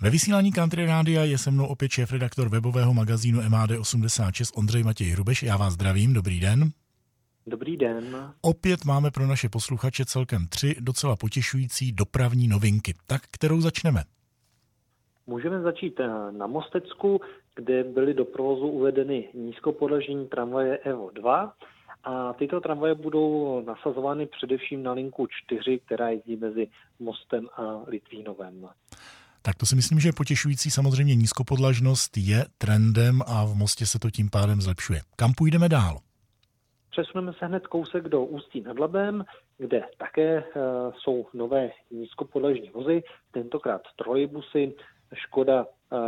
Ve vysílání Country Rádia je se mnou opět šéfredaktor webového magazínu MHD86 Ondřej Matěj Hrubeš. Já vás zdravím, dobrý den. Dobrý den. Opět máme pro naše posluchače celkem 3 docela potěšující dopravní novinky. Tak kterou začneme? Můžeme začít na Mostecku, kde byly do provozu uvedeny nízkopodlažní tramvaje Evo 2 a tyto tramvaje budou nasazovány především na linku 4, která jezdí mezi Mostem a Litvínovem. Tak to si myslím, že je potěšující. Samozřejmě nízkopodlažnost je trendem a v Mostě se to tím pádem zlepšuje. Kam půjdeme dál? Přesuneme se hned kousek do Ústí nad Labem, kde také jsou nové nízkopodlažní vozy, tentokrát trolejbusy Škoda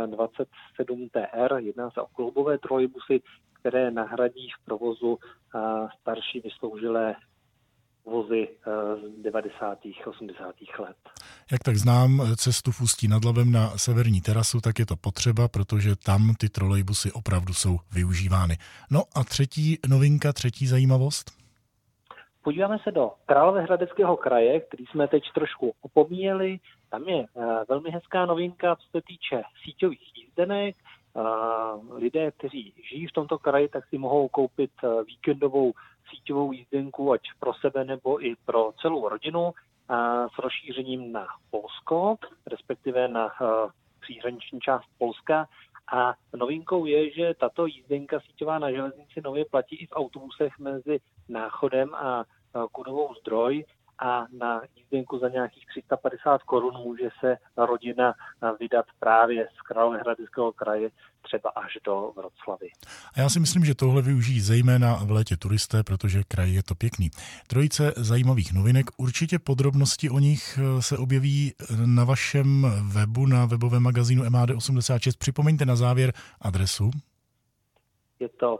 27 TR, jedná se o kloubové trolejbusy, které nahradí v provozu starší vysloužilé vozy z 90. 80. let. Jak tak znám cestu v Ústí nad Labem na severní terasu, tak je to potřeba, protože tam ty trolejbusy opravdu jsou využívány. No a třetí novinka, třetí zajímavost? Podíváme se do Královéhradeckého kraje, který jsme teď trošku opomíjeli. Tam je velmi hezká novinka, co se týče síťových jízdenek. Lidé, kteří žijí v tomto kraji, tak si mohou koupit víkendovou síťovou jízdenku, ať pro sebe nebo i pro celou rodinu, s rozšířením na Polsko, respektive na příhraniční část Polska. A novinkou je, že tato jízdenka síťová na železnici nově platí i v autobusech mezi Náchodem a Kudovou Zdroj a na jízdenku za nějakých 350 korun může se rodina vydat právě z Královéhradeckého kraje třeba až do Vroclavy. A já si myslím, že tohle využijí zejména v létě turisté, protože kraj je to pěkný. Trojice zajímavých novinek, určitě podrobnosti o nich se objeví na vašem webu, na webovém magazínu MHD86. Připomeňte na závěr adresu. Je to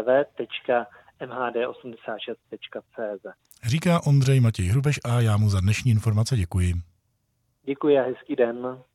www.mhd86.cz. Říká Ondřej Matěj Hrubeš a já mu za dnešní informace děkuji. Děkuji a hezký den.